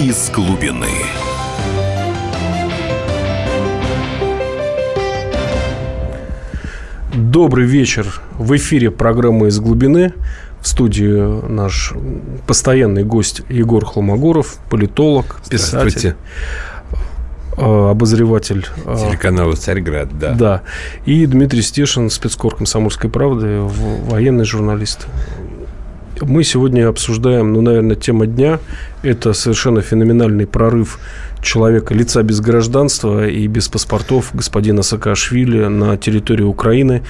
из глубины. Добрый вечер. В эфире программа «Из глубины». В студии наш постоянный гость Егор Холмогоров, политолог, писатель, обозреватель телеканала «Царьград», да. Да. И Дмитрий Стешин, спецкор «Комсомольской правды», военный журналист. Мы сегодня обсуждаем, наверное, тема дня. Это совершенно феноменальный прорыв человека, лица без гражданства и без паспортов, господина Саакашвили на территории Украины.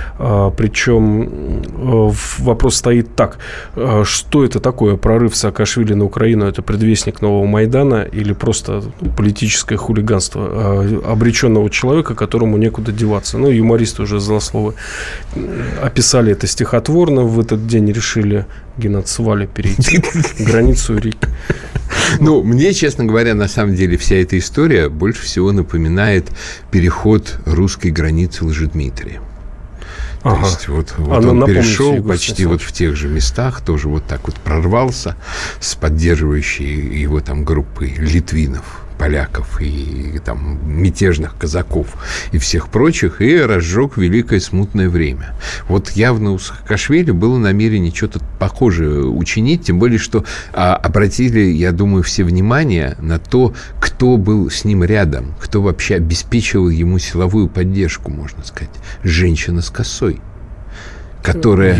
Причем вопрос стоит так. Что это такое прорыв Саакашвили на Украину? Это предвестник нового Майдана или просто политическое хулиганство обреченного человека, которому некуда деваться? Ну, юмористы уже злословы описали это стихотворно. В этот день решили Геноцвале перейти границу реки. Ну, мне, честно говоря, на самом деле вся эта история больше всего напоминает переход русской границы Лжедмитрия. То есть вот он перешел почти вот в тех же местах, тоже вот так вот прорвался с поддерживающей его там группой литвинов, поляков и там мятежных казаков и всех прочих, и разжег великое смутное время. Вот явно у Саакашвили было намерение что-то похожее учинить, тем более, что обратили, я думаю, все внимание на то, кто был с ним рядом, кто вообще обеспечивал ему силовую поддержку, можно сказать. Женщина с косой. Которая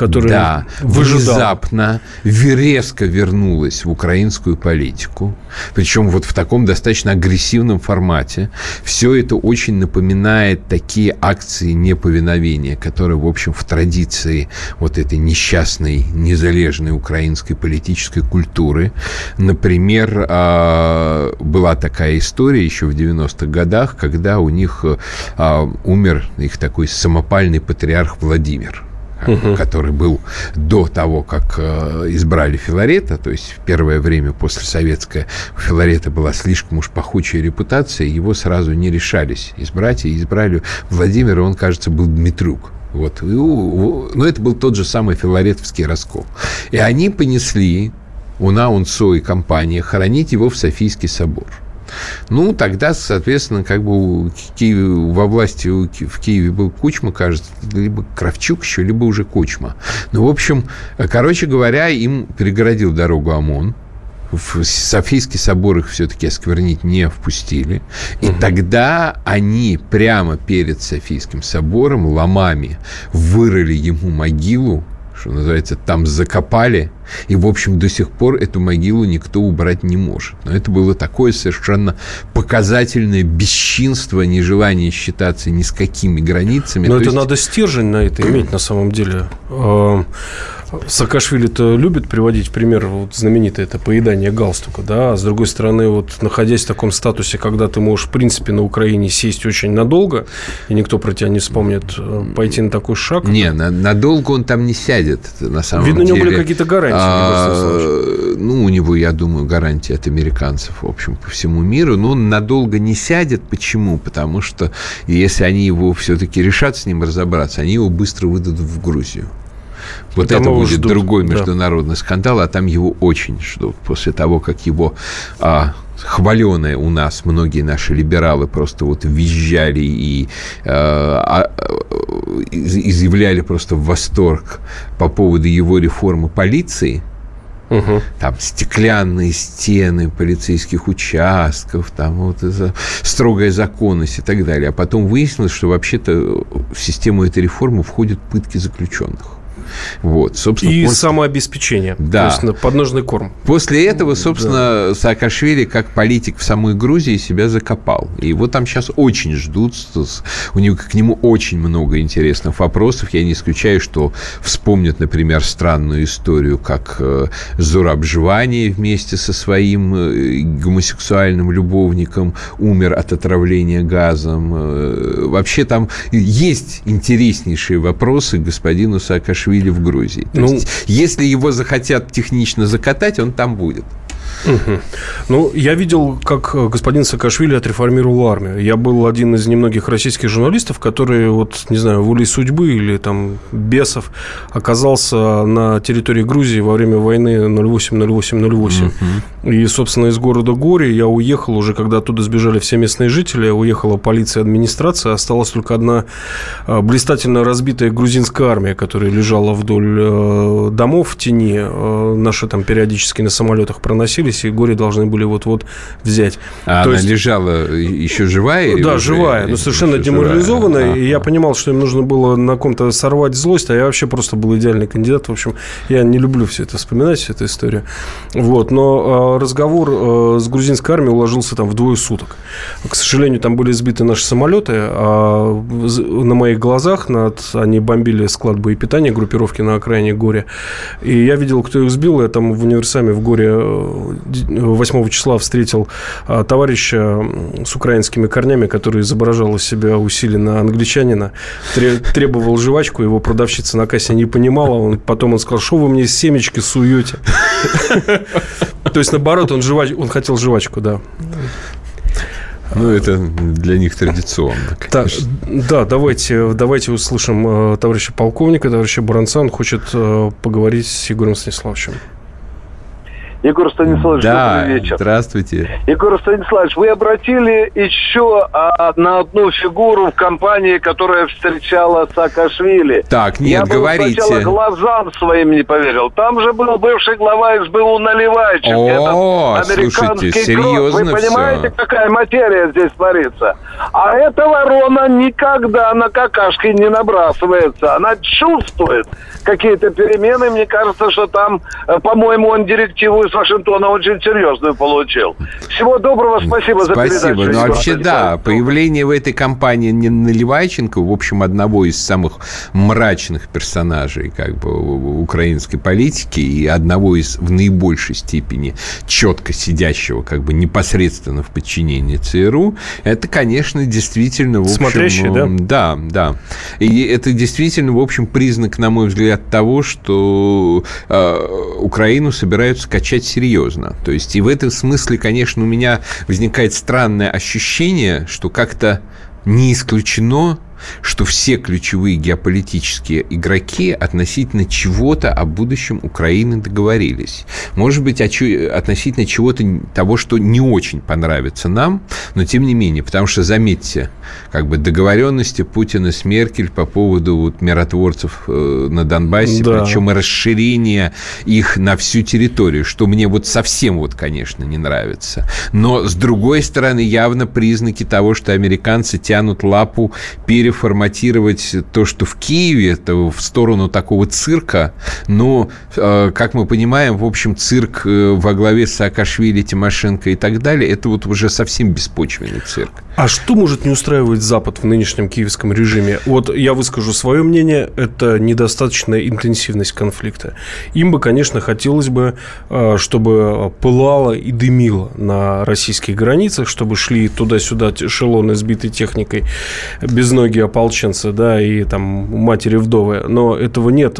внезапно, резко вернулась в украинскую политику, причем вот в таком достаточно агрессивном формате. Все это очень напоминает такие акции неповиновения, которые, в общем, в традиции вот этой несчастной, незалежной украинской политической культуры. Например, была такая история еще в 90-х годах, когда у них умер их такой самопальный патриарх Владимир, который был до того, как избрали Филарета, то есть в первое время после советское у Филарета была слишком уж пахучая репутация, его сразу не решались избрать, и избрали Владимира, он, кажется, был Дмитрюк. Вот. Но это был тот же самый филаретовский раскол. И они понесли, Уна Унцо и компания, хоронить его в Софийский собор. Ну, тогда, соответственно, как бы во власти в Киеве был Кучма, кажется, либо Кравчук еще, либо уже Кучма. Ну, в общем, короче говоря, им перегородил дорогу ОМОН. В Софийский собор их все-таки осквернить не впустили. И тогда они прямо перед Софийским собором ломами вырыли ему могилу, что называется, там закопали, и, в общем, до сих пор эту могилу никто убрать не может. Но это было такое совершенно показательное бесчинство, нежелание считаться ни с какими границами. Но это надо стержень на это иметь, на самом деле. Саакашвили-то любит приводить в пример вот знаменитое это поедание галстука, да, а с другой стороны, вот находясь в таком статусе, когда ты можешь, в принципе, на Украине сесть очень надолго, и никто про тебя не вспомнит, пойти на такой шаг. Не, надолго он там не сядет, на самом деле. Видно, у него были какие-то гарантии. Ну, у него, я думаю, гарантии от американцев, в общем, по всему миру, но он надолго не сядет. Почему? Потому что если они его все-таки решат с ним разобраться, они его быстро выдадут в Грузию. Вот это будет другой международный скандал, а там его очень ждут. После того, как его хваленые у нас многие наши либералы просто вот визжали и изъявляли просто восторг по поводу его реформы полиции. Там стеклянные стены полицейских участков, там вот строгая законность и так далее. А потом выяснилось, что вообще-то в систему этой реформы входят пытки заключенных. Вот, собственно, и самообеспечение, да. То есть подножный корм. После этого, собственно, да. Саакашвили, как политик в самой Грузии, себя закопал. И его там сейчас очень ждут. У него к нему очень много интересных вопросов. Я не исключаю, что вспомнят, например, странную историю, как Зураб Жвани вместе со своим гомосексуальным любовником умер от отравления газом. Вообще там есть интереснейшие вопросы к господину Саакашвили в Грузии. То есть, если его захотят технично закатать, он там будет. Угу. Ну, я видел, как господин Саакашвили отреформировал армию. Я был один из немногих российских журналистов, который, вот, не знаю, волей судьбы или там бесов оказался на территории Грузии во время войны 08-08-08. Угу. И, собственно, из города Гори я уехал уже, когда оттуда сбежали все местные жители, уехала полиция, администрация, осталась только одна блистательно разбитая грузинская армия, которая лежала вдоль домов в тени. Наши там периодически на самолетах проносились, и Горе должны были вот-вот взять. А она лежала еще живая? Да, живая, но совершенно деморализованная. Ага. И я понимал, что им нужно было на ком-то сорвать злость, а я вообще просто был идеальный кандидат. В общем, я не люблю все это вспоминать, всю эту историю. Вот. Но разговор с грузинской армией уложился там в 2 суток. К сожалению, там были сбиты наши самолеты, а на моих глазах они бомбили склад боепитания группировки на окраине Горя. И я видел, кто их сбил. Я там в универсаме в Горе 8 числа встретил товарища с украинскими корнями, который изображал из себя усиленно англичанина, требовал жвачку, его продавщица на кассе не понимала, потом он сказал, что вы мне семечки суете. То есть, наоборот, он хотел жвачку, да. Ну, это для них традиционно, конечно. Да, давайте услышим товарища полковника, товарища Буранца. Он хочет поговорить с Егором Станиславовичем. Егор Станиславович, добрый вечер. Здравствуйте. Егор Станиславович, вы обратили еще на одну фигуру в компании, которая встречала Саакашвили. Так, нет, говорите. Я сначала глазам своим не поверил. Там же был бывший глава СБУ Наливайченко. О, слушайте, серьезно. Вы понимаете, какая материя здесь творится? А эта ворона никогда на какашки не набрасывается. Она чувствует какие-то перемены. Мне кажется, что там, по-моему, он директиву из Вашингтона очень серьезную получил. Всего доброго, спасибо за передачу. Спасибо. Ну, вообще, да, появление в этой компании Наливайченко, в общем, одного из самых мрачных персонажей как бы украинской политики и одного из в наибольшей степени четко сидящего как бы непосредственно в подчинении ЦРУ, это, конечно, действительно, в общем... Смотрящий, да? Да. И это действительно, в общем, признак, на мой взгляд, того, что Украину собираются качать серьезно. То есть, и в этом смысле, конечно, у меня возникает странное ощущение, что как-то не исключено, что все ключевые геополитические игроки относительно чего-то о будущем Украины договорились. Может быть, относительно чего-то того, что не очень понравится нам, но тем не менее, потому что, заметьте, как бы договоренности Путина с Меркель по поводу вот миротворцев на Донбассе, да. Причем и расширение их на всю территорию, что мне вот совсем вот, конечно, не нравится. Но, с другой стороны, явно признаки того, что американцы тянут лапу переформатировать то, что в Киеве, это в сторону такого цирка. Но, как мы понимаем, в общем, цирк во главе с Саакашвили, Тимошенко и так далее, это вот уже совсем беспочвенный цирк. А что может не устраивать Запад в нынешнем киевском режиме? Вот я выскажу свое мнение. Это недостаточная интенсивность конфликта. Им бы, конечно, хотелось бы, чтобы пылало и дымило на российских границах, чтобы шли туда-сюда эшелоны, сбитой техникой, безногие ополченцы, да, и там матери-вдовы. Но этого нет.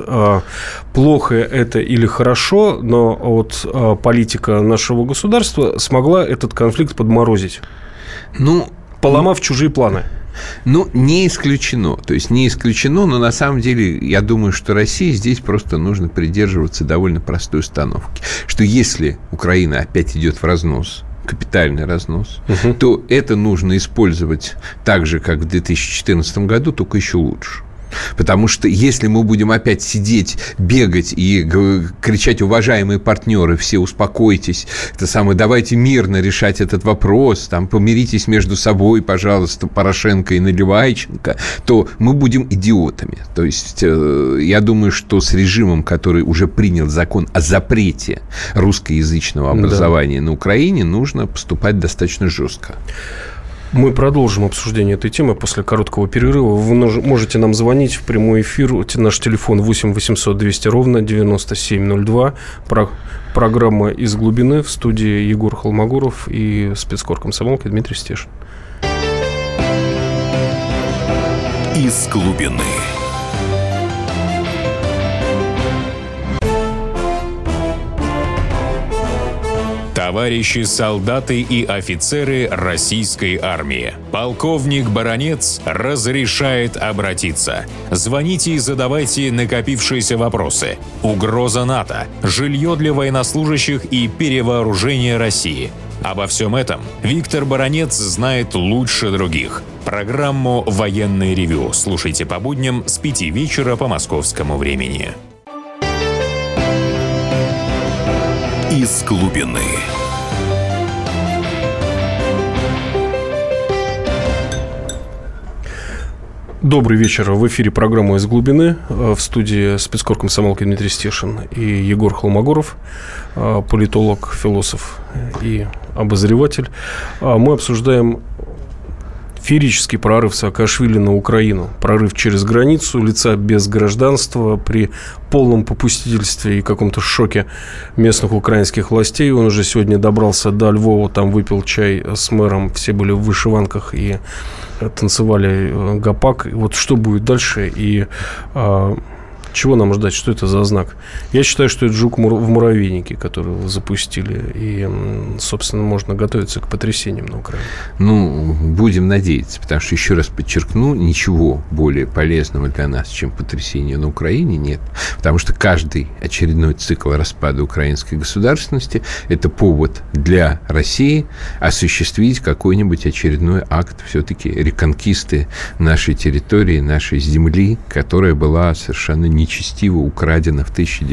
Плохо это или хорошо, но вот политика нашего государства смогла этот конфликт подморозить. Поломав чужие планы. Не исключено. То есть, не исключено, но на самом деле я думаю, что России здесь просто нужно придерживаться довольно простой установки, что если Украина опять идет в разнос, капитальный разнос, то это нужно использовать так же, как в 2014 году, только еще лучше. Потому что если мы будем опять сидеть, бегать и кричать: уважаемые партнеры, все успокойтесь, давайте мирно решать этот вопрос, помиритесь между собой, пожалуйста, Порошенко и Наливайченко, то мы будем идиотами. То есть я думаю, что с режимом, который уже принял закон о запрете русскоязычного образования на Украине, нужно поступать достаточно жестко. Мы продолжим обсуждение этой темы после короткого перерыва. Вы можете нам звонить в прямой эфир. Наш телефон 8 800 200 ровно 9702. Программа «Из глубины». В студии Егор Холмогоров и спецкор комсомолки Дмитрий Стешин. «Из глубины». Товарищи солдаты и офицеры российской армии, полковник Баранец разрешает обратиться. Звоните и задавайте накопившиеся вопросы. Угроза НАТО, жилье для военнослужащих и перевооружение России. Обо всем этом Виктор Баранец знает лучше других. Программу «Военный ревю» слушайте по будням с 5 вечера по московскому времени. Из глубины. Добрый вечер. В эфире программа «Из глубины». В студии спецкор комсомолки Дмитрий Стешин и Егор Холмогоров, политолог, философ и обозреватель. Мы обсуждаем феерический прорыв Саакашвили на Украину. Прорыв через границу, лица без гражданства, при полном попустительстве и каком-то шоке местных украинских властей. Он уже сегодня добрался до Львова, там выпил чай с мэром, все были в вышиванках и танцевали гопак. Вот что будет дальше и чего нам ждать, что это за знак? Я считаю, что это жук в муравейнике, который запустили. И, собственно, можно готовиться к потрясениям на Украине. Ну, будем надеяться, потому что, еще раз подчеркну, ничего более полезного для нас, чем потрясение на Украине, нет. Потому что каждый очередной цикл распада украинской государственности – это повод для России осуществить какой-нибудь очередной акт все-таки реконкисты нашей территории, нашей земли, которая была совершенно нечестиво украдена в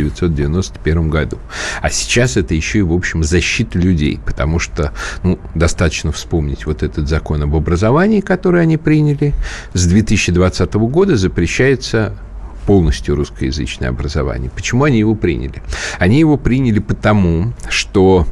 1991 году. А сейчас это еще и, в общем, защита людей, потому что, достаточно вспомнить вот этот закон об образовании, который они приняли. С 2020 года запрещается полностью русскоязычное образование. Почему они его приняли? Они его приняли потому, что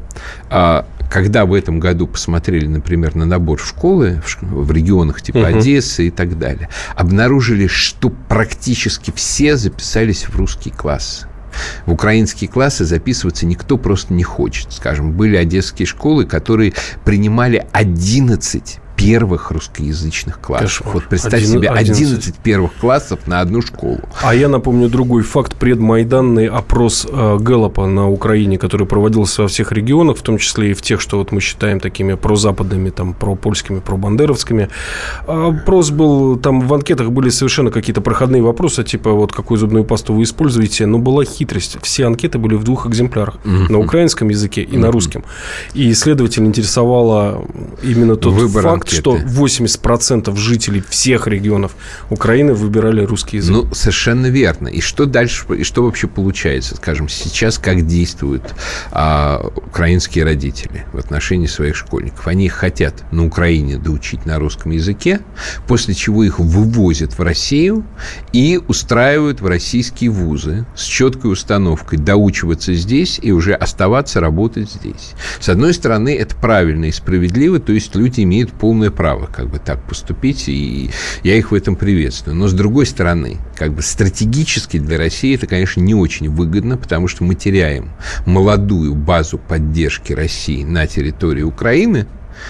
когда в этом году посмотрели, например, на набор в школы в регионах типа Одессы и так далее, обнаружили, что практически все записались в русский класс. В украинские классы записываться никто просто не хочет. Скажем, были одесские школы, которые принимали 11 первых русскоязычных классов. Вот представь себе 11 первых классов на одну школу. А я напомню другой факт. Предмайданный опрос Гэллопа на Украине, который проводился во всех регионах, в том числе и в тех, что вот мы считаем такими прозападными, там, пропольскими, пробандеровскими. Опрос был, там в анкетах были совершенно какие-то проходные вопросы, типа вот какую зубную пасту вы используете, но была хитрость. Все анкеты были в 2 экземплярах. На украинском языке и на русском. И исследователь интересовало именно тот факт, что 80% жителей всех регионов Украины выбирали русский язык. Ну, совершенно верно. И что дальше, и что вообще получается? Скажем, сейчас как действуют украинские родители в отношении своих школьников? Они их хотят на Украине доучить на русском языке, после чего их вывозят в Россию и устраивают в российские вузы с четкой установкой доучиваться здесь и уже оставаться, работать здесь. С одной стороны, это правильно и справедливо, то есть люди имеют полное право как бы так поступить, и я их в этом приветствую. Но с другой стороны, как бы стратегически для России это, конечно, не очень выгодно, потому что мы теряем молодую базу поддержки России на территории Украины,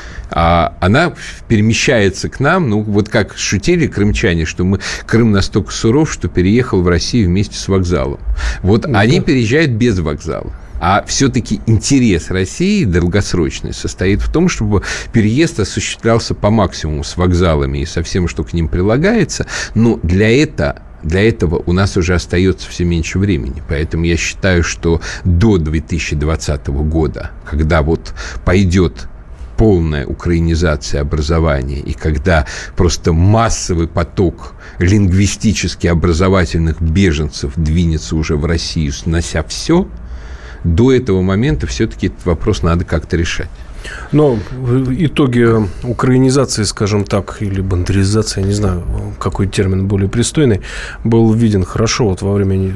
а она перемещается к нам, ну, вот как шутили крымчане, что Крым настолько суров, что переехал в Россию вместе с вокзалом. Вот они переезжают без вокзала. А все-таки интерес России долгосрочный состоит в том, чтобы переезд осуществлялся по максимуму с вокзалами и со всем, что к ним прилагается. Но для этого у нас уже остается все меньше времени. Поэтому я считаю, что до 2020 года, когда вот пойдет полная украинизация образования, и когда просто массовый поток лингвистически образовательных беженцев двинется уже в Россию, снося все, до этого момента все-таки этот вопрос надо как-то решать. Но в итоге украинизации, скажем так, или бандеризации, я не знаю, какой термин более пристойный, был виден хорошо вот во время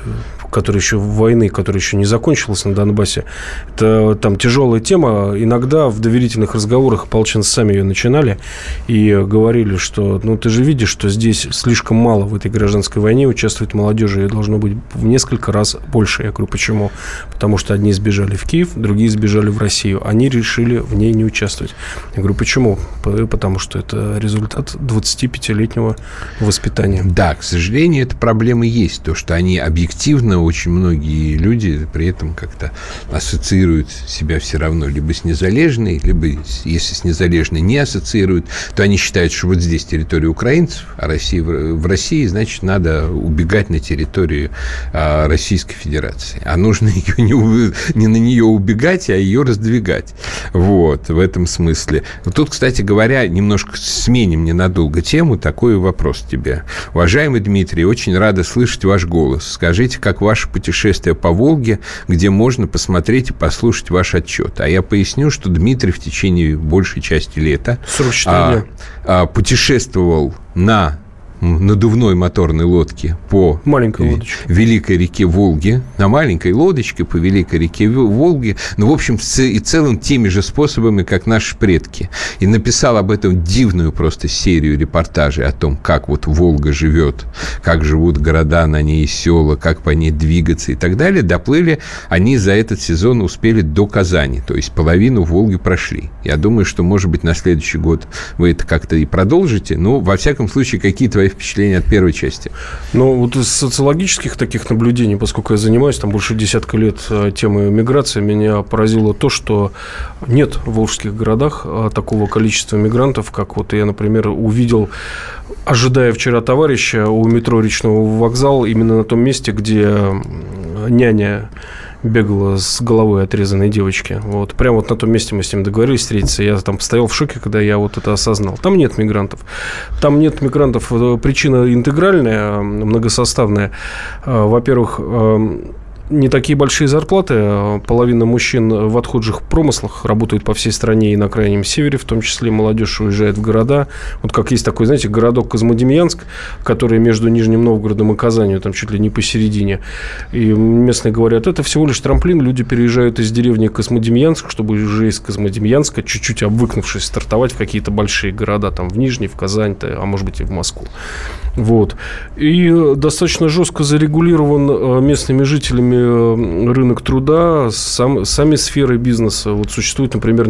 войны, которая еще не закончилась на Донбассе. Это там тяжелая тема. Иногда в доверительных разговорах ополченцы сами ее начинали и говорили, что ты же видишь, что здесь слишком мало в этой гражданской войне участвует молодежи, и должно быть в несколько раз больше. Я говорю, почему? Потому что одни сбежали в Киев, другие сбежали в Россию. Они решили в ней не участвовать. Я говорю, почему? Потому что это результат 25-летнего воспитания. Да, к сожалению, эта проблема есть. То, что они объективно равно очень многие люди при этом как-то ассоциируют себя все равно либо с Незалежной, либо, если с Незалежной не ассоциируют, то они считают, что вот здесь территория украинцев, а в России, значит, надо убегать на территорию Российской Федерации. А нужно ее не на нее убегать, а ее раздвигать. Вот, в этом смысле. Тут, кстати говоря, немножко сменим ненадолго тему. Такой вопрос тебе. Уважаемый Дмитрий, очень рада слышать ваш голос. Скажите, как ваше путешествие по Волге, где можно посмотреть и послушать ваш отчет? А я поясню, что Дмитрий в течение большей части лета 44 дня путешествовал на надувной моторной лодке по великой реке Волге, на маленькой лодочке по великой реке Волге, ну, в общем, и целым теми же способами, как наши предки. И написал об этом дивную просто серию репортажей о том, как вот Волга живет, как живут города на ней, села, как по ней двигаться и так далее. Доплыли они за этот сезон, успели до Казани, то есть половину Волги прошли. Я думаю, что, может быть, на следующий год вы это как-то и продолжите, но, во всяком случае, какие твои впечатления от первой части? Ну, вот из социологических таких наблюдений, поскольку я занимаюсь там больше десятка лет темой миграции, меня поразило то, что нет в волжских городах такого количества мигрантов, как вот я, например, увидел, ожидая вчера товарища у метро Речного вокзала, именно на том месте, где няня бегала с головой отрезанной девочки. Вот. Прямо вот на том месте мы с ним договорились встретиться. Я там стоял в шоке, когда я вот это осознал. Там нет мигрантов. Там нет мигрантов. Причина интегральная, многосоставная. Во-первых, не такие большие зарплаты. Половина мужчин в отхожих промыслах работают по всей стране и на Крайнем Севере, в том числе молодежь уезжает в города. Вот как есть такой, знаете, городок Козьмодемьянск, который между Нижним Новгородом и Казанью, там чуть ли не посередине. И местные говорят, это всего лишь трамплин. Люди переезжают из деревни Козьмодемьянск, чтобы уже из Козьмодемьянска, чуть-чуть обвыкнувшись, стартовать в какие-то большие города, там в Нижний, в Казань, а может быть и в Москву. Вот. И достаточно жестко зарегулирован местными жителями рынок труда, сами сферы бизнеса. Вот существует, например,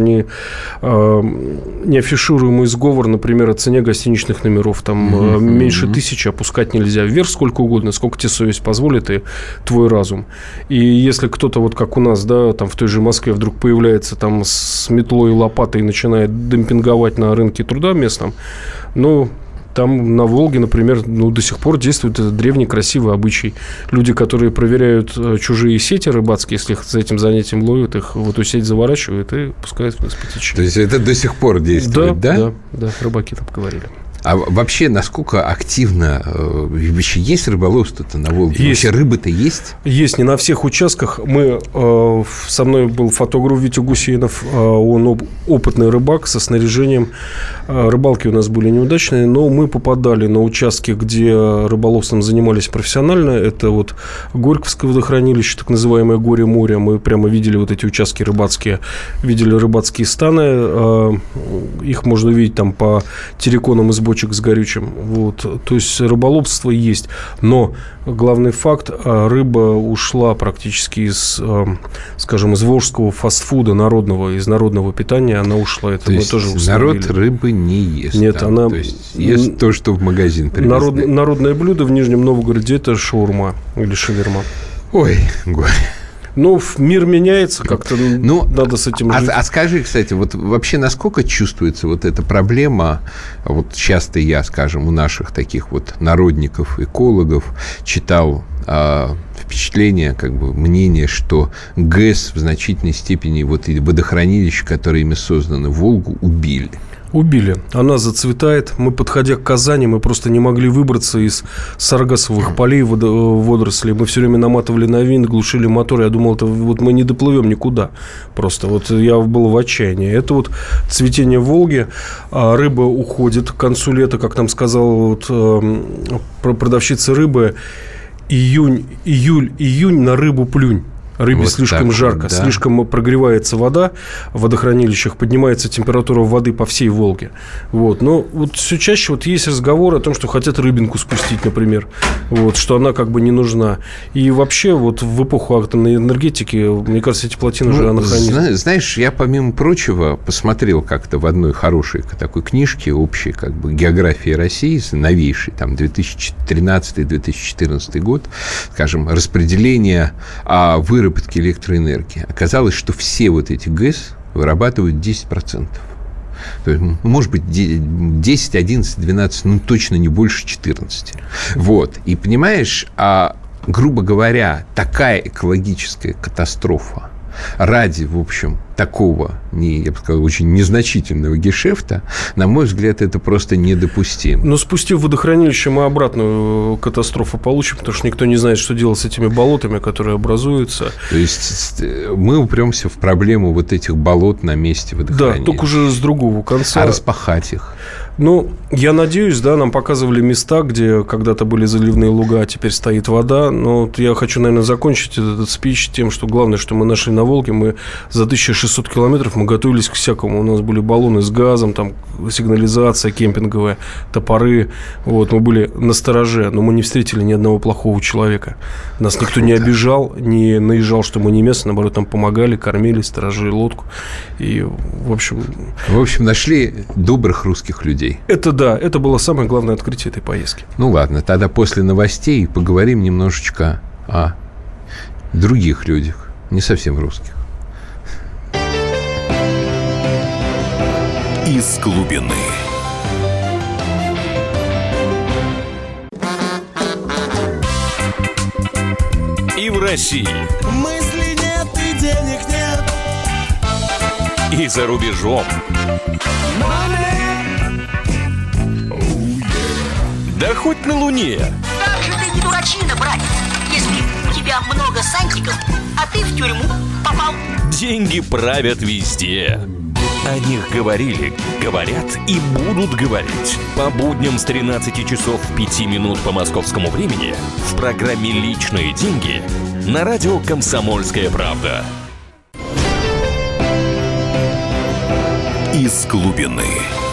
неафишируемый сговор, например, о цене гостиничных номеров. Там меньше 1000 опускать нельзя. Вверх сколько угодно, сколько тебе совесть позволит и твой разум. И если кто-то, вот как у нас, да, там в той же Москве вдруг появляется там с метлой и лопатой и начинает демпинговать на рынке труда местном, ну, там на Волге, например, до сих пор действует этот древний красивый обычай. Люди, которые проверяют чужие сети рыбацкие, если их за этим занятием ловят, их в эту сеть заворачивают и пускают вниз по течению. То есть это до сих пор действует, да? Да, рыбаки так говорили. А вообще, насколько активно вообще есть рыболовство-то на Волге? Есть. Вообще рыбы-то есть? Есть, не на всех участках. Со мной был фотограф Витя Гусейнов. Он опытный рыбак со снаряжением. Рыбалки у нас были неудачные, но мы попадали на участки, где рыболовством занимались профессионально. Это вот Горьковское водохранилище, так называемое Горе-море. Мы прямо видели вот эти участки рыбацкие, видели рыбацкие станы. Их можно увидеть там по терриконам из бочек с горючим. Вот. То есть рыболовство есть. Но главный факт, рыба ушла практически из, скажем, из волжского фастфуда народного, из народного питания она ушла. Это то мы есть тоже установили. Народ рыбы не ест. Нет, там. она... То есть ест то, что в магазин привезли. Народное блюдо в Нижнем Новгороде – это шаурма или шаверма. Ой, горе. Ну, мир меняется, как-то надо с этим жить. А скажи, кстати, вот вообще насколько чувствуется вот эта проблема, вот часто я, скажем, у наших таких вот народников, экологов читал впечатление, как бы мнение, что ГЭС в значительной степени, вот и водохранилища, которые ими созданы, Волгу убили. Убили. Она зацветает. Мы, подходя к Казани, мы просто не могли выбраться из саргассовых полей водорослей. Мы все время наматывали на винт, глушили мотор. Я думал, это вот мы не доплывем никуда. Просто вот я был в отчаянии. Это вот цветение Волги. Рыба уходит к концу лета, как нам сказала вот, продавщица рыбы. Июнь на рыбу плюнь. Рыбе Вот слишком так жарко, вот, да. слишком прогревается вода в водохранилищах, поднимается температура воды по всей Волге. Вот. Но вот все чаще вот есть разговор о том, что хотят рыбинку спустить, например, вот, что она как бы не нужна. И вообще вот в эпоху атомной энергетики, мне кажется, эти плотины уже анахронизм. Знаешь, я, помимо прочего, посмотрел как-то в одной хорошей такой книжке общей, как бы, географии России, новейшей, там, 2013-2014 год, скажем, распределение выработки электроэнергии. Оказалось, что все вот эти ГЭС вырабатывают 10%. То есть, может быть, 10, 11, 12, ну, точно не больше 14. Вот. И, понимаешь, грубо говоря, такая экологическая катастрофа ради, в общем, такого, я бы сказал, очень незначительного гешефта, на мой взгляд, это просто недопустимо. Но спустив водохранилище, мы обратную катастрофу получим, потому что никто не знает, что делать с этими болотами, которые образуются. То есть мы упремся в проблему вот этих болот на месте водохранилища. Да, только уже с другого конца. А распахать их? Ну, я надеюсь, да, нам показывали места, где когда-то были заливные луга, а теперь стоит вода. Но вот я хочу, наверное, закончить этот спич тем, что главное, что мы нашли на Волге, мы за 1600 километров мы готовились к всякому. У нас были баллоны с газом, там сигнализация кемпинговая, топоры. Вот, мы были настороже, но мы не встретили ни одного плохого человека. Нас никто не обижал, не наезжал, что мы не местные, наоборот, нам помогали, кормили, сторожили лодку. И, в общем, нашли добрых русских людей. Это да, это было самое главное открытие этой поездки. Ну ладно, тогда после новостей поговорим немножечко о других людях, не совсем русских. Из глубины. И в России. Мысли нет и денег нет. И за рубежом. Да хоть на Луне. Как же ты не дурачина, братец, если у тебя много сантиков, а ты в тюрьму попал. Деньги правят везде. О них говорили, говорят и будут говорить. По будням с 13 часов 5 минут по московскому времени в программе «Личные деньги» на радио «Комсомольская правда». Из глубины.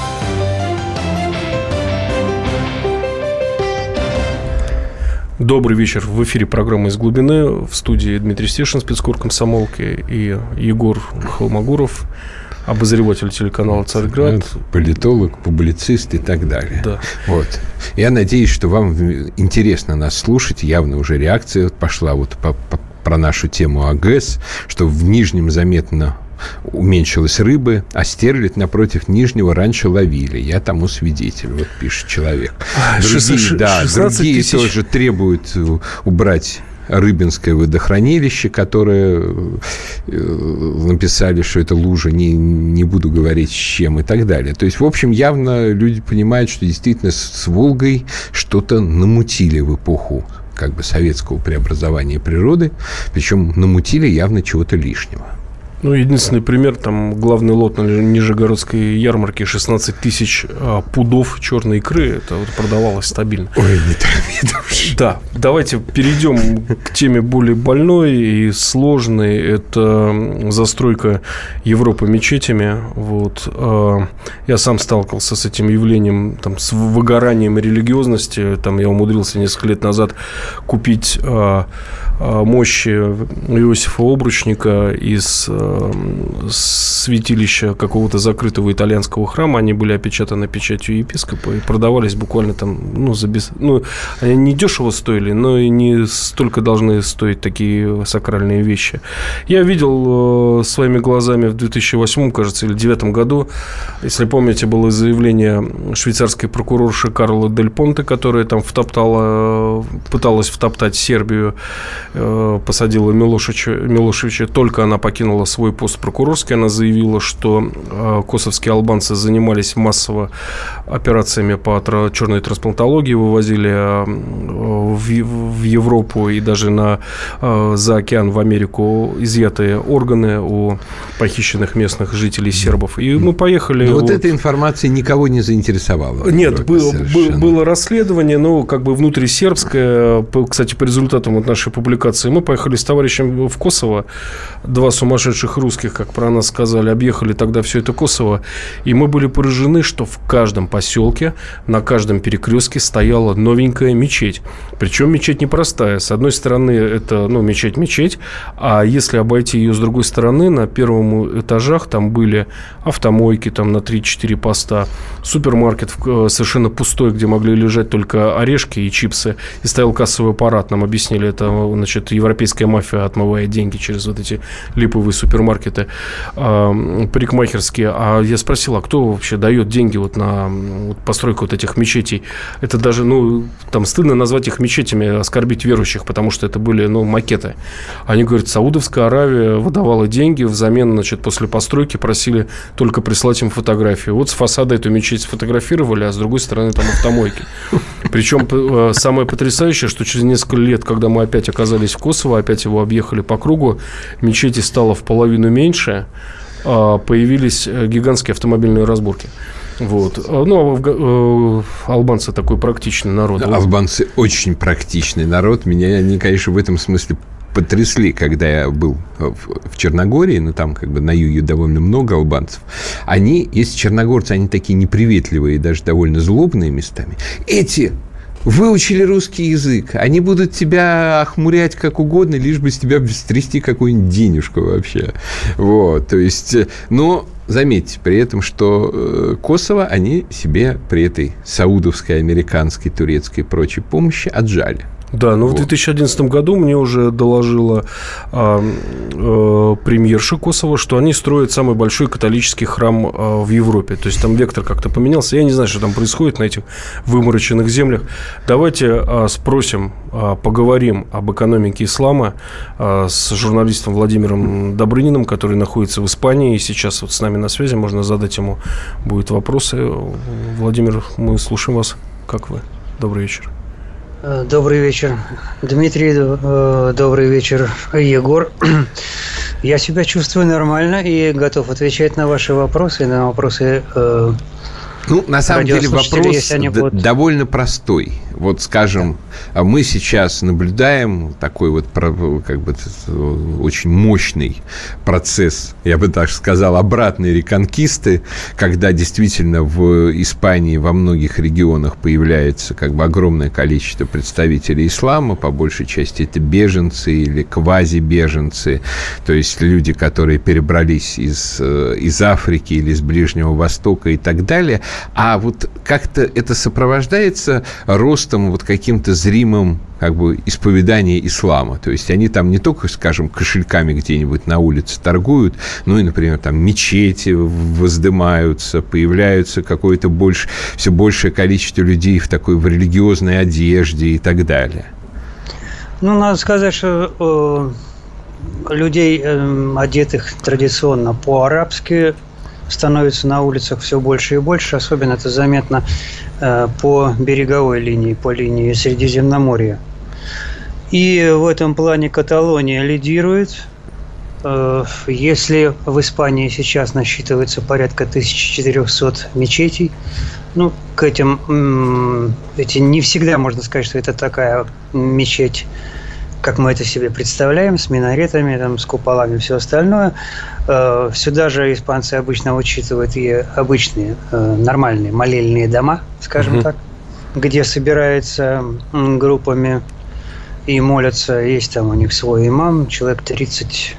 Добрый вечер. В эфире программа «Из глубины». В студии Дмитрий Стешин, спецкор комсомолки, и Егор Холмогоров, обозреватель телеканала «Царьград». Политолог, публицист и так далее. Да. Вот. Я надеюсь, что вам интересно нас слушать. Явно уже реакция пошла вот про нашу тему о ГЭС, что в Нижнем заметно уменьшилось рыбы, а стерлядь напротив Нижнего раньше ловили. Я тому свидетель, вот пишет человек. Другие тоже требуют убрать Рыбинское водохранилище, которое написали, что это лужа, не буду говорить с чем и так далее. То есть, в общем, явно люди понимают, что действительно с Волгой что-то намутили в эпоху как бы советского преобразования природы, причем намутили явно чего-то лишнего. Ну, единственный пример, там главный лот на Нижегородской ярмарке 16 тысяч пудов черной икры, это вот продавалось стабильно. Ой, не так. Да, давайте перейдем к теме более больной и сложной. Это застройка Европы мечетями. Вот. Я сам сталкивался с этим явлением, там, с выгоранием религиозности. Там я умудрился несколько лет назад купить мощи Иосифа Обручника из святилища какого-то закрытого итальянского храма. Они были опечатаны печатью епископа и продавались буквально там, они не дешево стоили, но и не столько должны стоить такие сакральные вещи. Я видел своими глазами в 2008, кажется, или 2009 году, если помните, было заявление швейцарской прокурорши Карлы Дель Понте, которая там пыталась втоптать Сербию, посадила Милошевича. Только она покинула свой пост прокурорский, она заявила, что косовские албанцы занимались массово операциями по черной трансплантологии, вывозили в Европу и даже за океан в Америку изъятые органы у похищенных местных жителей сербов. И мы поехали. Но вот эта информация никого не заинтересовала. Нет, было расследование, но как бы внутрисербское. Кстати, по результатам вот нашей публикации делегацией. Мы поехали с товарищем в Косово. 2 сумасшедших русских, как про нас сказали, объехали тогда все это Косово. И мы были поражены, что в каждом поселке, на каждом перекрестке стояла новенькая мечеть. Причем мечеть непростая. С одной стороны, это мечеть, а если обойти ее с другой стороны, на первом этажах там были автомойки там, на 3-4 поста, супермаркет совершенно пустой, где могли лежать только орешки и чипсы, и стоял кассовый аппарат. Нам объяснили, это, значит, европейская мафия отмывает деньги через вот эти липовые супермаркеты парикмахерские. А я спросил, а кто вообще дает деньги вот на постройку вот этих мечетей? Это даже, там стыдно назвать их мечетями, оскорбить верующих, потому что это были, макеты. Они говорят, Саудовская Аравия выдавала деньги, взамен, значит, после постройки просили только прислать им фотографию. Вот с фасада эту мечеть сфотографировали, а с другой стороны там автомойки. Причем самое потрясающее, что через несколько лет, когда мы опять оказались в Косово, опять его объехали по кругу, мечети стало в половину меньше, появились гигантские автомобильные разборки. Вот. Албанцы такой практичный народ. Албанцы очень практичный народ. Меня они, конечно, в этом смысле потрясли, когда я был в Черногории, там как бы на юге довольно много албанцев. Они, если черногорцы, они такие неприветливые и даже довольно злобные местами. Эти выучили русский язык. Они будут тебя охмурять как угодно, лишь бы с тебя стрясти какую-нибудь денежку вообще. Вот, то есть, но заметьте при этом, что Косово они себе при этой саудовской, американской, турецкой и прочей помощи отжали. Да, но в 2011 году мне уже доложила премьерша Косово, что они строят самый большой католический храм в Европе. То есть там вектор как-то поменялся. Я не знаю, что там происходит на этих вымороченных землях. Давайте спросим, поговорим об экономике ислама с журналистом Владимиром Добрыниным, который находится в Испании. И сейчас вот с нами на связи. Можно задать ему будет вопросы. Владимир, мы слушаем вас. Как вы? Добрый вечер. Добрый вечер, Дмитрий. Добрый вечер, Егор. Я себя чувствую нормально и готов отвечать на ваши вопросы, на вопросы. На самом деле вопрос довольно простой. Вот, скажем, мы сейчас наблюдаем такой вот как бы очень мощный процесс, я бы так сказал, обратной реконкисты, когда действительно в Испании во многих регионах появляется как бы огромное количество представителей ислама, по большей части это беженцы или квазибеженцы, то есть люди, которые перебрались из Африки или из Ближнего Востока и так далее. А вот как-то это сопровождается ростом вот каким-то зримым как бы исповедания ислама. То есть они там не только, скажем, кошельками где-нибудь на улице торгуют, но и, например, там мечети воздымаются, появляются какое-то все большее количество людей в религиозной одежде и так далее. Надо сказать, что людей, одетых традиционно по-арабски, становится на улицах все больше и больше. Особенно это заметно по береговой линии, по линии Средиземноморья. И в этом плане Каталония лидирует. Если в Испании сейчас насчитывается порядка 1400 мечетей, к этим не всегда можно сказать, что это такая мечеть, как мы это себе представляем, с минаретами, с куполами и все остальное. Сюда же испанцы обычно учитывают и обычные, нормальные молельные дома, скажем так, где собираются группами и молятся. Есть там у них свой имам, человек 30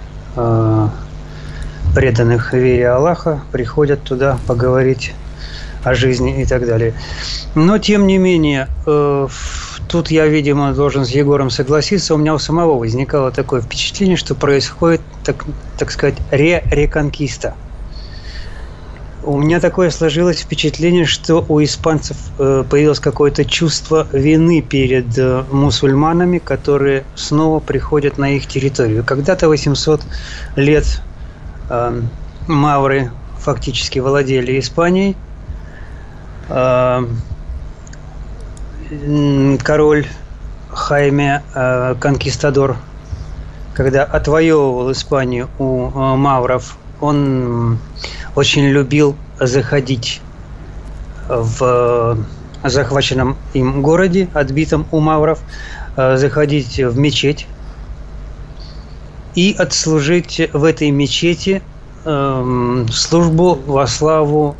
преданных вере Аллаха приходят туда поговорить о жизни и так далее. Но, тем не менее, тут я, видимо, должен с Егором согласиться. У меня у самого возникало такое впечатление, что происходит, так сказать, реконкиста. У меня такое сложилось впечатление, что у испанцев появилось какое-то чувство вины перед мусульманами, которые снова приходят на их территорию. Когда-то 800 лет мавры фактически владели Испанией. Король Хайме Конкистадор, когда отвоевывал Испанию у мавров, он очень любил заходить в захваченном им городе, отбитом у мавров, заходить в мечеть и отслужить в этой мечети службу во славу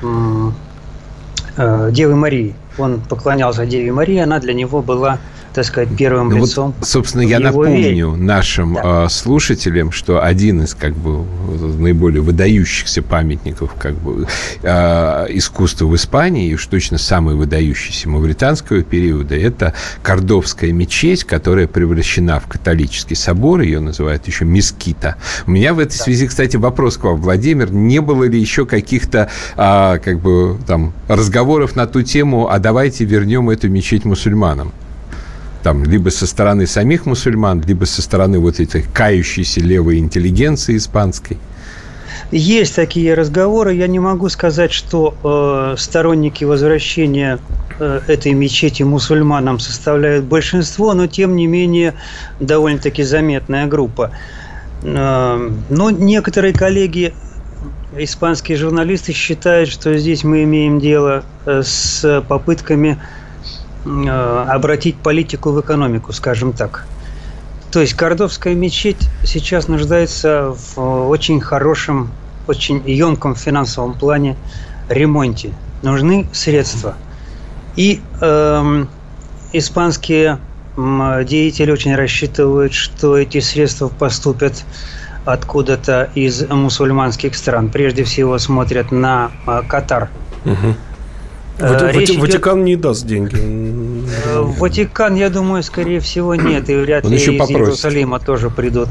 Девы Марии. Он поклонялся Деве Марии, она для него была, так сказать, первым лицом. Вот, собственно, я напомню нашим слушателям, что один из наиболее выдающихся памятников искусства в Испании, и уж точно самый выдающийся мавританского периода, это Кордовская мечеть, которая превращена в католический собор, ее называют еще мескита. У меня в этой связи, кстати, вопрос к вам, Владимир, не было ли еще каких-то разговоров на ту тему, а давайте вернем эту мечеть мусульманам? Либо со стороны самих мусульман, либо со стороны вот этой кающейся левой интеллигенции испанской? Есть такие разговоры. Я не могу сказать, что сторонники возвращения этой мечети мусульманам составляют большинство, но тем не менее довольно-таки заметная группа. Но некоторые коллеги, испанские журналисты, считают, что здесь мы имеем дело с попытками обратить политику в экономику, скажем так. То есть Кордовская мечеть сейчас нуждается в очень хорошем, очень емком финансовом плане ремонте. Нужны средства. И испанские деятели очень рассчитывают, что эти средства поступят откуда-то из мусульманских стран. Прежде всего смотрят на Катар. Угу. Ватикан не даст деньги. Ватикан, я думаю, скорее всего, нет. И вряд ли из Иерусалима тоже придут.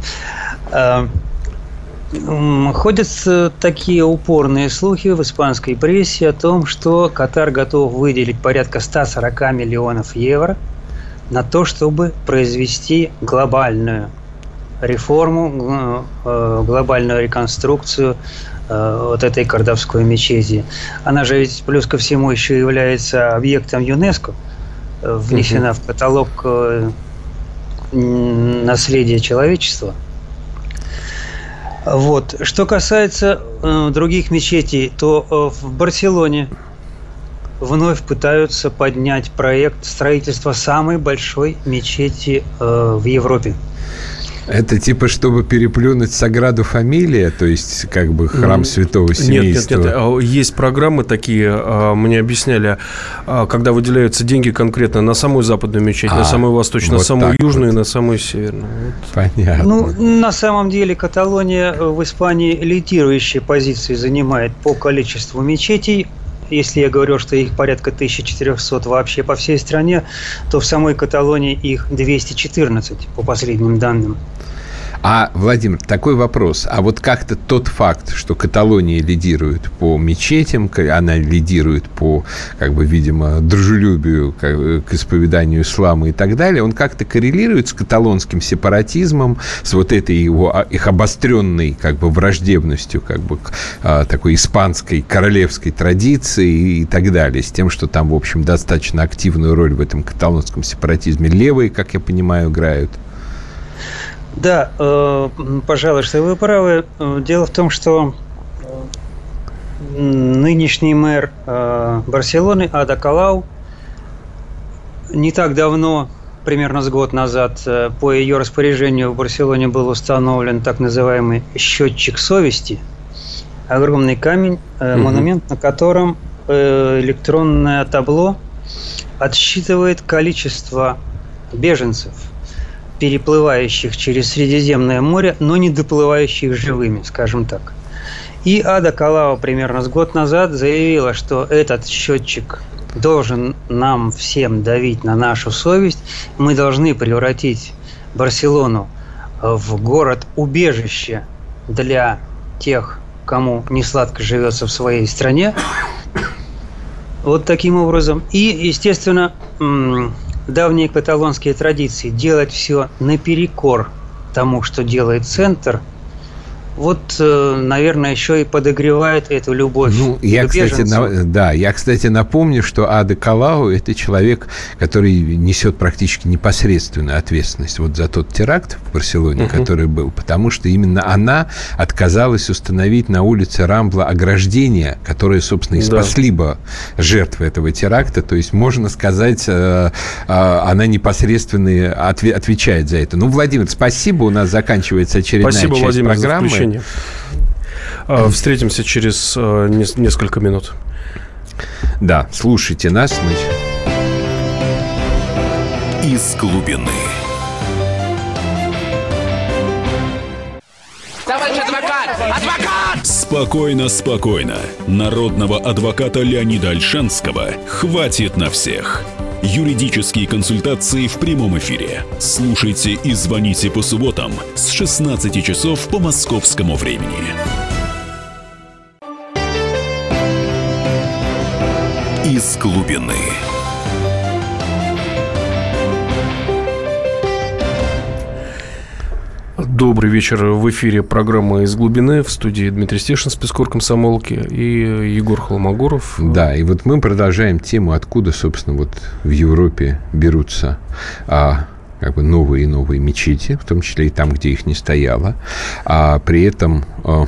Ходят такие упорные слухи в испанской прессе о том, что Катар готов выделить порядка 140 миллионов евро на то, чтобы произвести глобальную реформу, глобальную реконструкцию вот этой Кордовской мечети. Она же ведь плюс ко всему еще является объектом ЮНЕСКО, внесена в каталог наследия человечества. Вот. Что касается других мечетей, то в Барселоне вновь пытаются поднять проект строительства самой большой мечети в Европе. Это типа, чтобы переплюнуть Саграду Фамилия, то есть храм святого семейства? Нет. Есть программы такие, мне объясняли, когда выделяются деньги конкретно на самую западную мечеть, на самую восточную, на самую южную и на самую северную. Понятно. На самом деле Каталония в Испании лидирующие позиции занимает по количеству мечетей. Если я говорю, что их порядка 1400 вообще по всей стране, то в самой Каталонии их 214 по последним данным. Владимир, такой вопрос. А вот как-то тот факт, что Каталония лидирует по мечетям, она лидирует по, видимо, дружелюбию к исповеданию ислама и так далее, он как-то коррелирует с каталонским сепаратизмом, с вот этой их обостренной враждебностью к такой испанской королевской традиции и так далее, с тем, что там, в общем, достаточно активную роль в этом каталонском сепаратизме левые, как я понимаю, играют. Да, пожалуй, что вы правы. Дело в том, что нынешний мэр Барселоны Ада Колау не так давно, примерно с год назад, по ее распоряжению в Барселоне был установлен так называемый счетчик совести. Огромный камень, монумент, на котором электронное табло отсчитывает количество беженцев, переплывающих через Средиземное море, но не доплывающих живыми, скажем так. И Ада Колау примерно с год назад заявила, что этот счетчик должен нам всем давить на нашу совесть. Мы должны превратить Барселону в город-убежище для тех, кому не сладко живется в своей стране. Вот таким образом. И, естественно, давние каталонские традиции делать все наперекор тому, что делает центр, вот, наверное, еще и подогревает эту любовь. Ну, я, кстати, напомню, что Ада Калау – это человек, который несет практически непосредственную ответственность вот за тот теракт в Барселоне, который был, потому что именно она отказалась установить на улице Рамбла ограждение, которое, собственно, и спасли бы жертвы этого теракта. То есть, можно сказать, она непосредственно отвечает за это. Ну, Владимир, спасибо. У нас заканчивается очередная часть Владимир, программы. Встретимся через несколько минут. Да, слушайте нас. Из глубины. Товарищ адвокат! Адвокат! Спокойно, спокойно. Народного адвоката Леонида Ольшанского хватит на всех. Юридические консультации в прямом эфире. Слушайте и звоните по субботам с 16 часов по московскому времени. Из глубины. Добрый вечер. В эфире программа «Из глубины». В студии Дмитрий Стешин, спецкор комсомолки, и Егор Холмогоров. Да, и вот мы продолжаем тему, откуда, собственно, вот в Европе берутся как бы новые и новые мечети, в том числе и там, где их не стояло. А при этом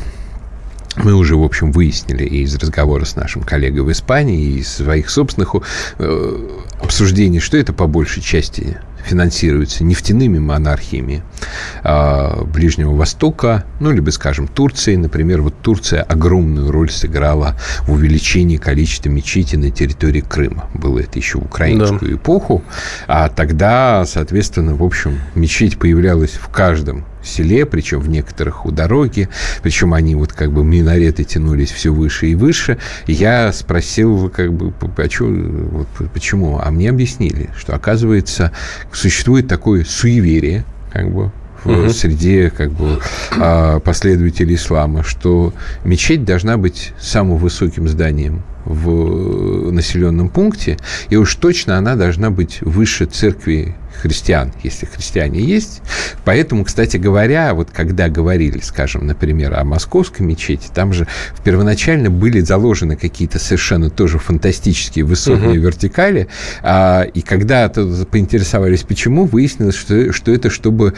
мы уже, в общем, выяснили и из разговора с нашим коллегой в Испании, и из своих собственных обсуждений, что это по большей части финансируется нефтяными монархиями Ближнего Востока, ну, либо, скажем, Турции. Например, вот Турция огромную роль сыграла в увеличении количества мечетей на территории Крыма. Было это еще в украинскую эпоху. А тогда, соответственно, в общем, мечеть появлялась в каждом селе, причем в некоторых у дороги, причем они вот как бы минареты тянулись все выше и выше. Я спросил, как бы, почему? А мне объяснили, что, оказывается, существует такое суеверие, как бы, среди как бы последователей ислама, что мечеть должна быть самым высоким зданием в населенном пункте, и уж точно она должна быть выше церкви христиан, если христиане есть. Поэтому, кстати говоря, вот когда говорили, скажем, например, о московской мечети, там же первоначально были заложены какие-то совершенно тоже фантастические высотные вертикали, и когда поинтересовались, почему, выяснилось, что это чтобы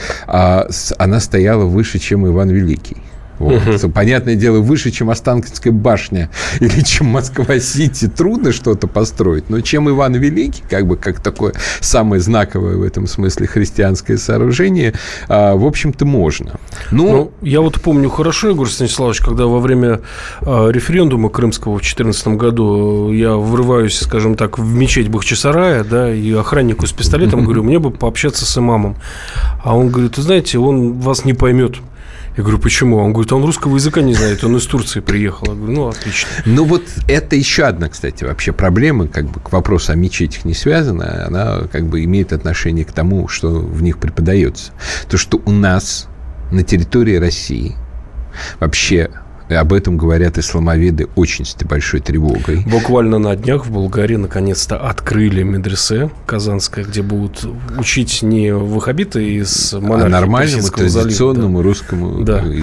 она стояла выше, чем Иван Великий. Вот. Понятное дело, выше, чем Останкинская башня или чем Москва-Сити, трудно что-то построить. Но чем Иван Великий, как бы как такое самое знаковое в этом смысле христианское сооружение, в общем-то, можно. Ну, я вот помню хорошо, Егор Станиславович, когда во время референдума крымского в 2014 году я врываюсь, скажем так, в мечеть Бахчисарая, да, и охраннику с пистолетом говорю, мне бы пообщаться с имамом. А он говорит, вы знаете, он вас не поймет. Я говорю, почему? Он говорит, он русского языка не знает, он из Турции приехал. Я говорю, ну, отлично. Ну, вот это еще одна, кстати, вообще проблема, как бы к вопросу о мечетях не связана, она как бы имеет отношение к тому, что в них преподается. То, что у нас на территории России вообще... Об этом говорят исламоведы очень с большой тревогой. Буквально на днях в Болгарии наконец-то открыли медресе казанское, где будут учить не ваххабиты из монархии, а нормальному, традиционному русскому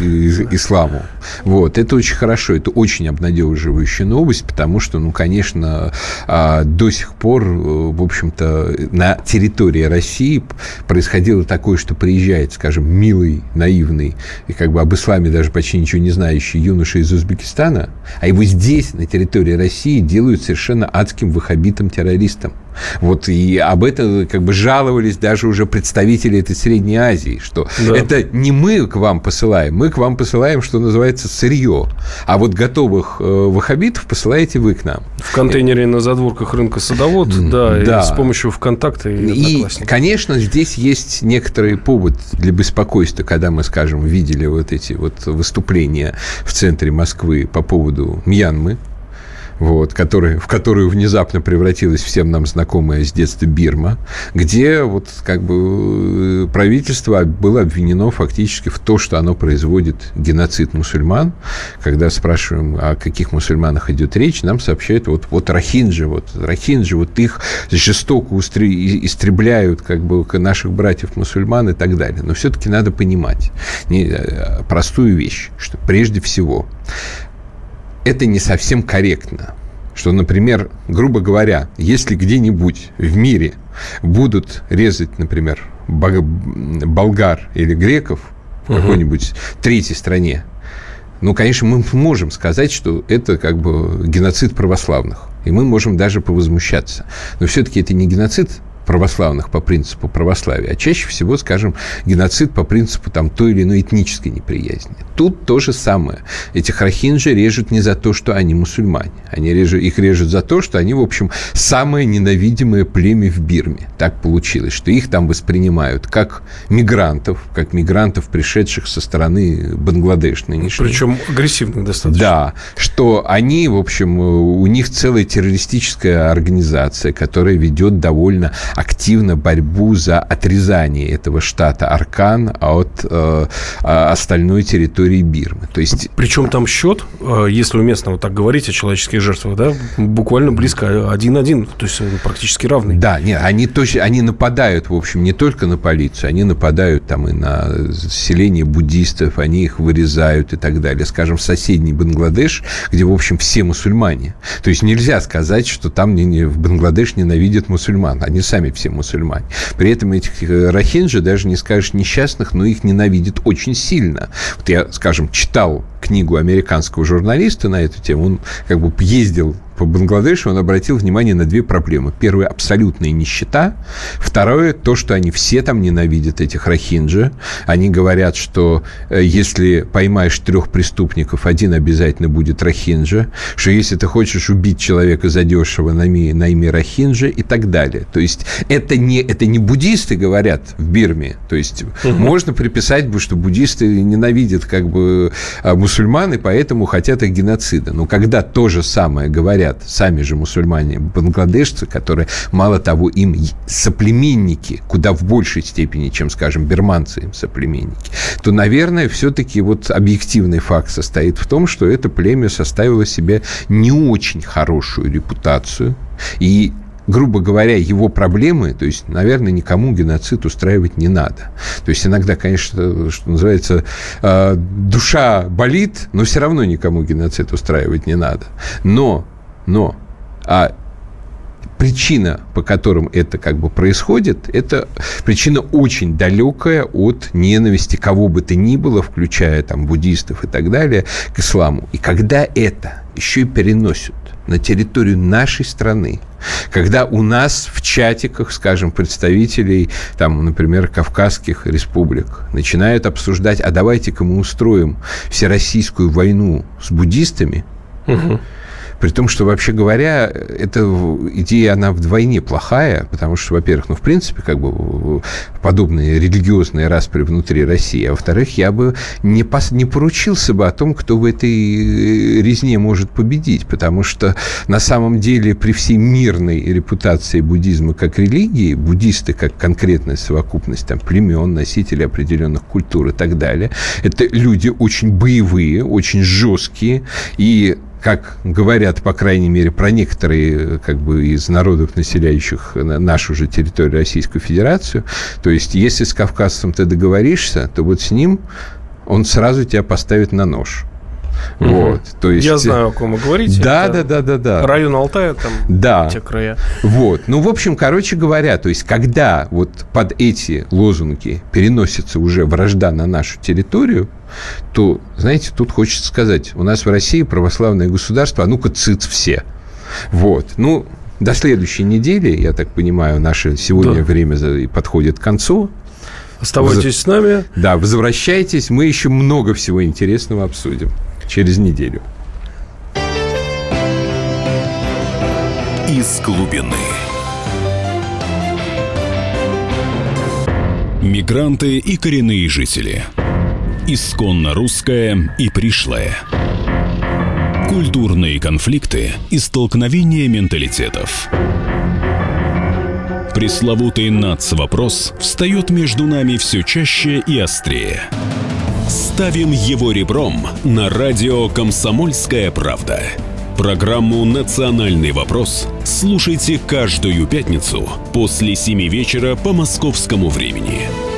исламу. Вот. Это очень хорошо, это очень обнадеживающая новость, потому что, ну, конечно, до сих пор, в общем-то, на территории России происходило такое, что приезжает, скажем, милый, наивный, и как бы об исламе даже почти ничего не знающий юноша из Узбекистана, а его здесь, на территории России, делают совершенно адским ваххабитом-террористом. Вот, и об этом как бы жаловались даже уже представители этой Средней Азии, что это не мы к вам посылаем, мы к вам посылаем, что называется, сырье, а вот готовых ваххабитов посылаете вы к нам. В контейнере на задворках рынка Садовод, да. И с помощью ВКонтакта и Одноклассников. И, конечно, здесь есть некоторый повод для беспокойства, когда мы, скажем, видели вот эти вот выступления в центре Москвы по поводу Мьянмы. вот, в которую внезапно превратилась всем нам знакомая с детства Бирма, где вот как бы правительство было обвинено фактически в том, что оно производит геноцид мусульман. Когда спрашиваем, о каких мусульманах идет речь, нам сообщают, вот рохинджи, вот их жестоко истребляют как бы наших братьев-мусульман и так далее. Но все-таки надо понимать простую вещь, что прежде всего это не совсем корректно, что, например, грубо говоря, если где-нибудь в мире будут резать, например, болгар или греков в какой-нибудь третьей стране, ну, конечно, мы можем сказать, что это как бы геноцид православных, и мы можем даже повозмущаться. Но все-таки это не геноцид православных по принципу православия, а чаще всего, скажем, геноцид по принципу там, той или иной этнической неприязни. Тут то же самое. Этих рохинджи режут не за то, что они мусульмане. Их режут за то, что они, в общем, самое ненавидимое племя в Бирме. Так получилось, что их там воспринимают как мигрантов, пришедших со стороны Бангладеш нынешней. Причем агрессивных достаточно. Да, что они, в общем, у них целая террористическая организация, которая ведет довольно активно борьбу за отрезание этого штата Аркан от остальной территории Бирмы. То есть... Причем там счет, если уместно вот так говорить о человеческих жертвах, да, буквально близко 1-1, то есть практически равный. Да, нет, они нападают, в общем, не только на полицию, они нападают там и на селение буддистов, они их вырезают и так далее. Скажем, в соседний Бангладеш, где, в общем, все мусульмане. То есть нельзя сказать, что там в Бангладеш ненавидят мусульман. Они сами все мусульмане. При этом этих рохинджи, даже не скажешь несчастных, но их ненавидят очень сильно. Вот я, скажем, читал книгу американского журналиста на эту тему. Он как бы ездил по Бангладешу, он обратил внимание на две проблемы. Первая – абсолютная нищета. Второе – то, что они все там ненавидят этих рохинджи. Они говорят, что если поймаешь 3 преступников, один обязательно будет рохинджи. Что если ты хочешь убить человека задешево, найми рохинджи и так далее. То есть это не буддисты говорят в Бирме. То есть можно приписать, что буддисты ненавидят как бы мусульман и поэтому хотят их геноцида. Но когда то же самое говорят сами же мусульмане, бангладешцы, которые, мало того, им соплеменники, куда в большей степени, чем, скажем, бирманцы им соплеменники, то, наверное, все-таки вот объективный факт состоит в том, что это племя составило себе не очень хорошую репутацию. И, грубо говоря, его проблемы, то есть, наверное, никому геноцид устраивать не надо. То есть, иногда, конечно, что называется, душа болит, но все равно никому геноцид устраивать не надо. Но причина, по которым это как бы происходит, это причина очень далекая от ненависти кого бы то ни было, включая там буддистов и так далее, к исламу. И когда это еще и переносят на территорию нашей страны, когда у нас в чатиках, скажем, представителей, там, например, Кавказских республик начинают обсуждать, а давайте-ка мы устроим всероссийскую войну с буддистами, при том, что, вообще говоря, эта идея, она вдвойне плохая, потому что, во-первых, в принципе, как бы подобные религиозные распри внутри России, а во-вторых, я бы не поручился бы о том, кто в этой резне может победить, потому что, на самом деле, при всей мирной репутации буддизма как религии, буддисты как конкретная совокупность там, племен, носители определенных культур и так далее, это люди очень боевые, очень жесткие, и как говорят, по крайней мере, про некоторые как бы из народов, населяющих нашу же территорию Российскую Федерацию, то есть, если с кавказцем ты договоришься, то вот с ним он сразу тебя поставит на нож. Вот, то есть... Я знаю, о ком вы говорите. Да. Район Алтая, там, те края. Вот. Ну, в общем, короче говоря, то есть, когда вот под эти лозунги переносится уже вражда на нашу территорию, то, знаете, тут хочется сказать, у нас в России православное государство, а ну-ка, цыц все. Вот. Ну, до следующей недели, я так понимаю, наше сегодня время подходит к концу. Оставайтесь с нами. Да, возвращайтесь, мы еще много всего интересного обсудим через неделю. Из глубины. Мигранты и коренные жители. Исконно русское и пришлое. Культурные конфликты и столкновения менталитетов. Пресловутый НАЦ-вопрос встает между нами все чаще и острее. Ставим его ребром на радио «Комсомольская правда». Программу «Национальный вопрос» слушайте каждую пятницу после 7 вечера по московскому времени.